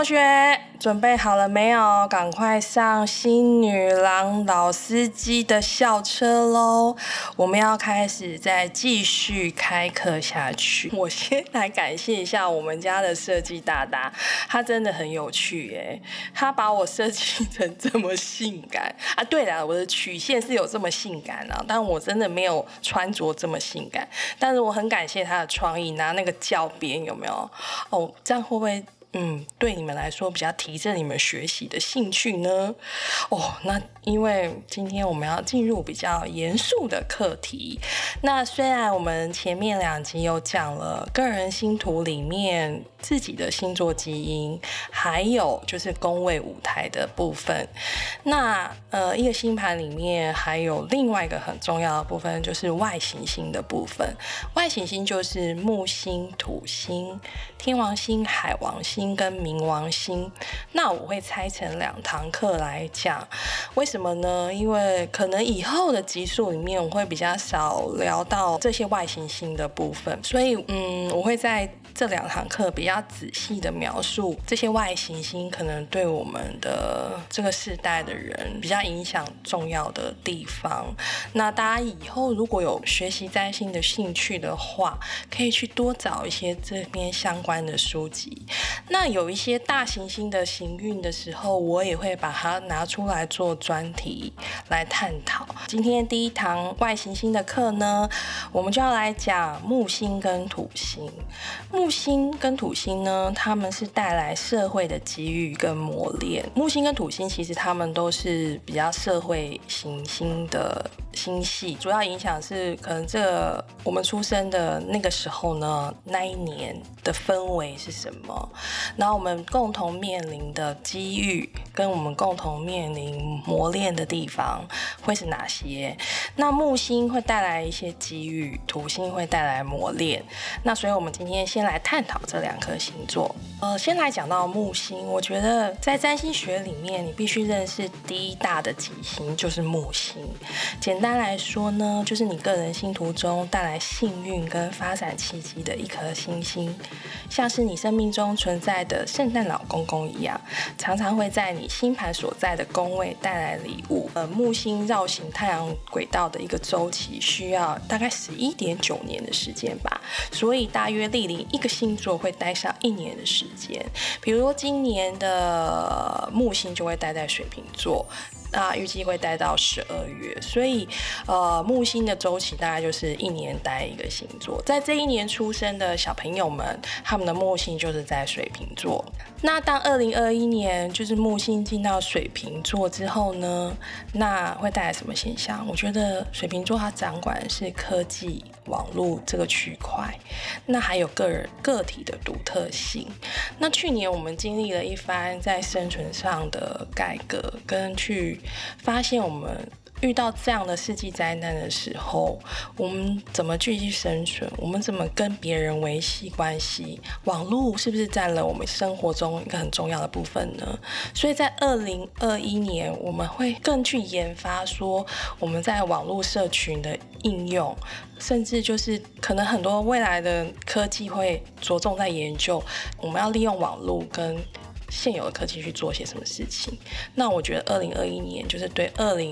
同学准备好了没有？赶快上新女郎老司机的校车咯，我们要开始再继续开课下去。我先来感谢一下我们家的设计大大，他真的很有趣耶，他把我设计成这么性感啊！对了，我的曲线是有这么性感啊，但我真的没有穿着这么性感，但是我很感谢他的创意，拿那个教鞭有没有？哦，这样会不会对你们来说比较提振你们学习的兴趣呢？那因为今天我们要进入比较严肃的课题，那虽然我们前面2集有讲了个人星图里面自己的星座基因，还有就是宫位舞台的部分，那一个星盘里面还有另外一个很重要的部分，就是外行星的部分。外行星就是木星、土星、天王星、海王星跟冥王星。那我会拆成2堂课来讲，为什么呢？因为可能以后的集数里面我会比较少聊到这些外行星的部分，所以我会在这2堂课比较仔细的描述这些外行星可能对我们的这个世代的人比较影响重要的地方。那大家以后如果有学习占星的兴趣的话，可以去多找一些这边相关的书籍。那有一些大行星的行运的时候，我也会把它拿出来做专题来探讨。今天第1堂外行星的课呢，我们就要来讲木星跟土星。木星跟土星呢，他们是带来社会的机遇跟磨练。木星跟土星其实他们都是比较社会行星的星系，主要影响是可能我们出生的那个时候呢，那一年的氛围是什么，然后我们共同面临的机遇跟我们共同面临磨练的地方会是哪些。那木星会带来一些机遇，土星会带来磨练。那所以我们今天先来探讨这2颗星座。先来讲到木星，我觉得在占星学里面，你必须认识第一大的吉星就是木星。简单来说呢，就是你个人星图中带来幸运跟发展契机的一颗星星，像是你生命中存在的圣诞老公公一样，常常会在你星盘所在的宫位带来礼物。木星绕行太阳轨道的一个周期需要大概11.9年的时间吧，所以大约莅临一个星座会待上1年的时间。比如说今年的木星就会待在水瓶座，那预计会待到12月，所以木星的周期大概就是1年待一个星座。在这1年出生的小朋友们，他们的木星就是在水瓶座。那当2021年就是木星进到水瓶座之后呢，那会带来什么现象？我觉得水瓶座它掌管的是科技网络这个区块，那还有个体的独特性。那去年我们经历了一番在生存上的改革，跟去发现我们遇到这样的世纪灾难的时候，我们怎么继续生存？我们怎么跟别人维系关系？网络是不是占了我们生活中一个很重要的部分呢？所以在2021年，我们会更去研发说我们在网络社群的应用，甚至就是可能很多未来的科技会着重在研究我们要利用网络跟现有的科技去做些什么事情。那我觉得2021年就是对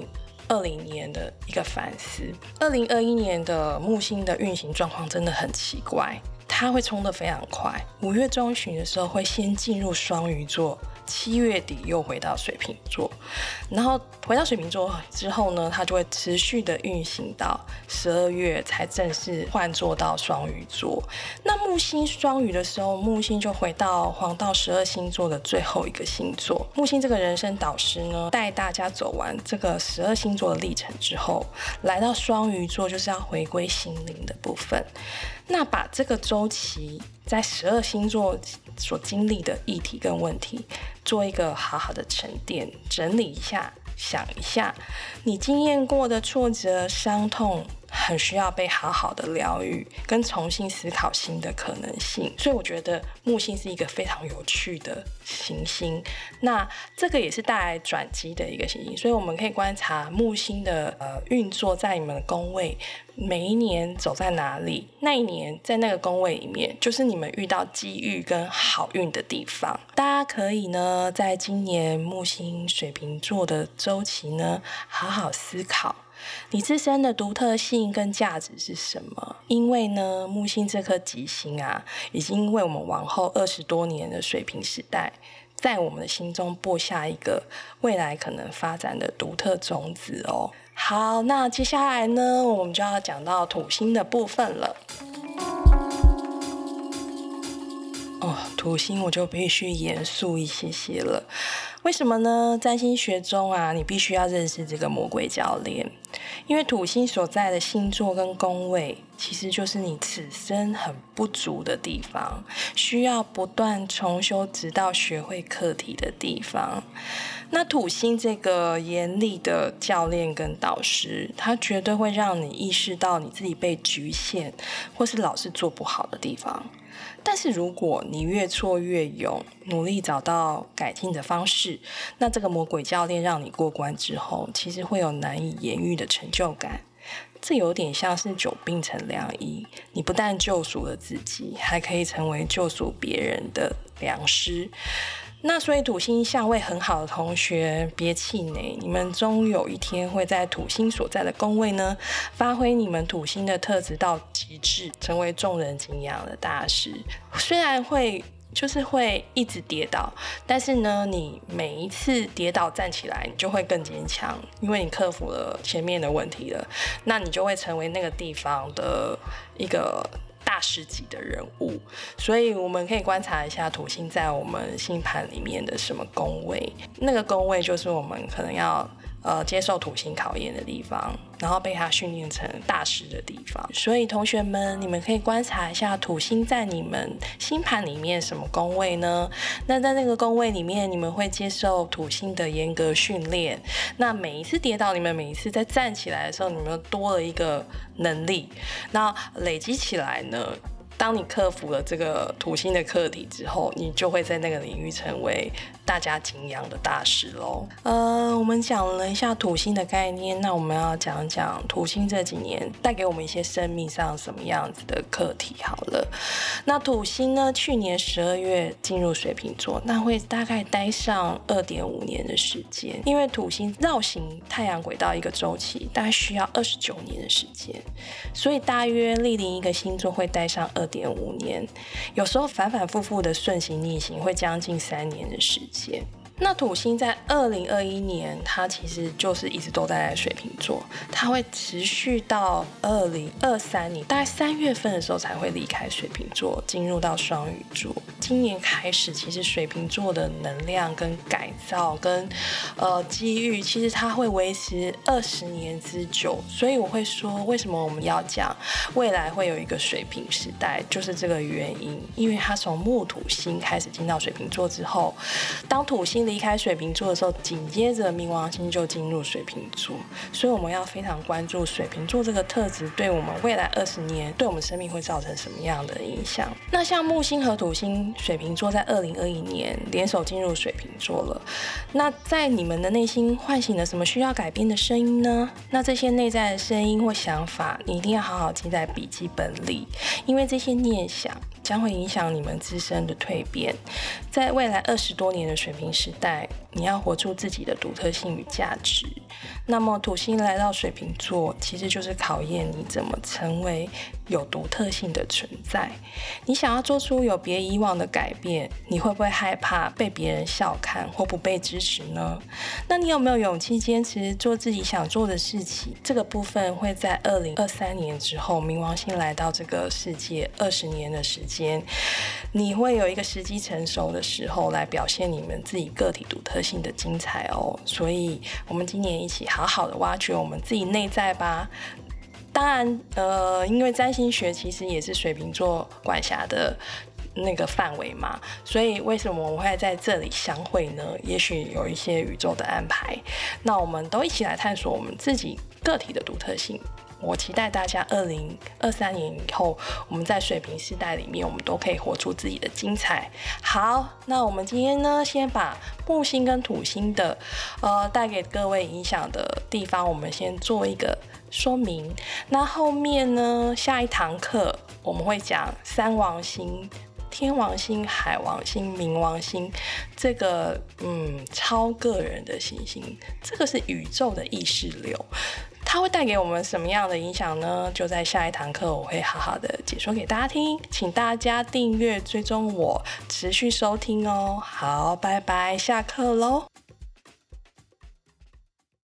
2020年的一个反思。2021年的木星的运行状况真的很奇怪，它会冲得非常快，5月中旬的时候会先进入双鱼座，7月底又回到水瓶座，然后回到水瓶座之后呢，它就会持续的运行到12月才正式换座到双鱼座。那木星双鱼的时候，木星就回到黄道12星座的最后一个星座。木星这个人生导师呢，带大家走完这个12星座的历程之后，来到双鱼座就是要回归心灵的部分。那把这个周期在12星座所经历的议题跟问题做一个好好的沉淀，整理一下，想一下你经验过的挫折、伤痛很需要被好好的疗愈，跟重新思考新的可能性。所以我觉得木星是一个非常有趣的行星，那这个也是带来转机的一个行星，所以我们可以观察木星的运作在你们的宫位，每一年走在哪里，那一年在那个宫位里面就是你们遇到机遇跟好运的地方。大家可以呢在今年木星水瓶座的周期呢好好思考你自身的独特性跟价值是什么。因为呢木星这颗吉星啊，已经为我们往后20多年的水瓶时代在我们的心中播下一个未来可能发展的独特种子哦。好，那接下来呢我们就要讲到土星的部分了。土星我就必须严肃一些了。为什么呢？占星学中啊，你必须要认识这个魔鬼教练，因为土星所在的星座跟宫位其实就是你此生很不足的地方，需要不断重修直到学会课题的地方。那土星这个严厉的教练跟导师，他绝对会让你意识到你自己被局限或是老是做不好的地方。但是如果你越挫越勇，努力找到改进的方式，那这个魔鬼教练让你过关之后，其实会有难以言喻的成就感。这有点像是久病成良医，你不但救赎了自己，还可以成为救赎别人的良师。那所以土星相位很好的同学别气馁，你们终有一天会在土星所在的宫位呢，发挥你们土星的特质到极致，成为众人敬仰的大师。虽然会一直跌倒，但是呢你每一次跌倒站起来，你就会更坚强，因为你克服了前面的问题了，那你就会成为那个地方的一个大师级的人物。所以我们可以观察一下土星在我们星盘里面的什么宫位，那个宫位就是我们可能要接受土星考验的地方，然后被他训练成大师的地方。所以同学们，你们可以观察一下土星在你们星盘里面什么宫位呢？那在那个宫位里面，你们会接受土星的严格训练，那每一次跌倒，你们每一次在站起来的时候，你们多了一个能力，那累积起来呢，当你克服了这个土星的课题之后，你就会在那个领域成为大家敬仰的大师咯。我们讲了一下土星的概念，那我们要讲讲土星这几年带给我们一些生命上什么样子的课题好了。那土星呢，去年12月进入水瓶座，那会大概待上2.5年的时间，因为土星绕行太阳轨道一个周期大概需要29年的时间，所以大约莅临一个星座会待上2.5年，有时候反反复复的顺行逆行会将近3年的时间。那土星在2021年，它其实就是一直都待在水瓶座，它会持续到2023年，大概3月份的时候才会离开水瓶座，进入到双鱼座。今年开始，其实水瓶座的能量跟改造跟机遇，其实它会维持20年之久。所以我会说，为什么我们要讲未来会有一个水瓶时代，就是这个原因。因为它从木土星开始进到水瓶座之后，当土星离开水瓶座的时候，紧接着冥王星就进入水瓶座，所以我们要非常关注水瓶座这个特质对我们未来20年对我们生命会造成什么样的影响。那像木星和土星水瓶座在2021年联手进入水瓶座了，那在你们的内心唤醒了什么需要改变的声音呢？那这些内在的声音或想法，你一定要好好记在笔记本里，因为这些念想将会影响你们自身的蜕变。在未来20多年的水瓶时代，你要活出自己的独特性与价值。那么土星来到水瓶座，其实就是考验你怎么成为有独特性的存在。你想要做出有别以往的改变，你会不会害怕被别人笑看或不被支持呢？那你有没有勇气坚持做自己想做的事情？这个部分会在2023年之后，冥王星来到这个世界20年的时间，你会有一个时机成熟的时候来表现你们自己个体独特性的精彩哦。所以我们今年一起好好的挖掘我们自己内在吧。当然因为占星学其实也是水瓶座管辖的那个范围嘛，所以为什么我们会在这里相会呢？也许有一些宇宙的安排，那我们都一起来探索我们自己个体的独特性， 我期待大家2023年以后，我们在水瓶世代里面，我们都可以活出自己的精彩。好，那我们今天呢，先把木星跟土星的带给各位影响的地方，我们先做一个说明。那后面呢，下一堂课我们会讲三王星。天王星、海王星、冥王星，这个超个人的行星，这个是宇宙的意识流，它会带给我们什么样的影响呢？就在下一堂课我会好好的解说给大家听，请大家订阅追踪我，持续收听哦。好，拜拜，下课咯。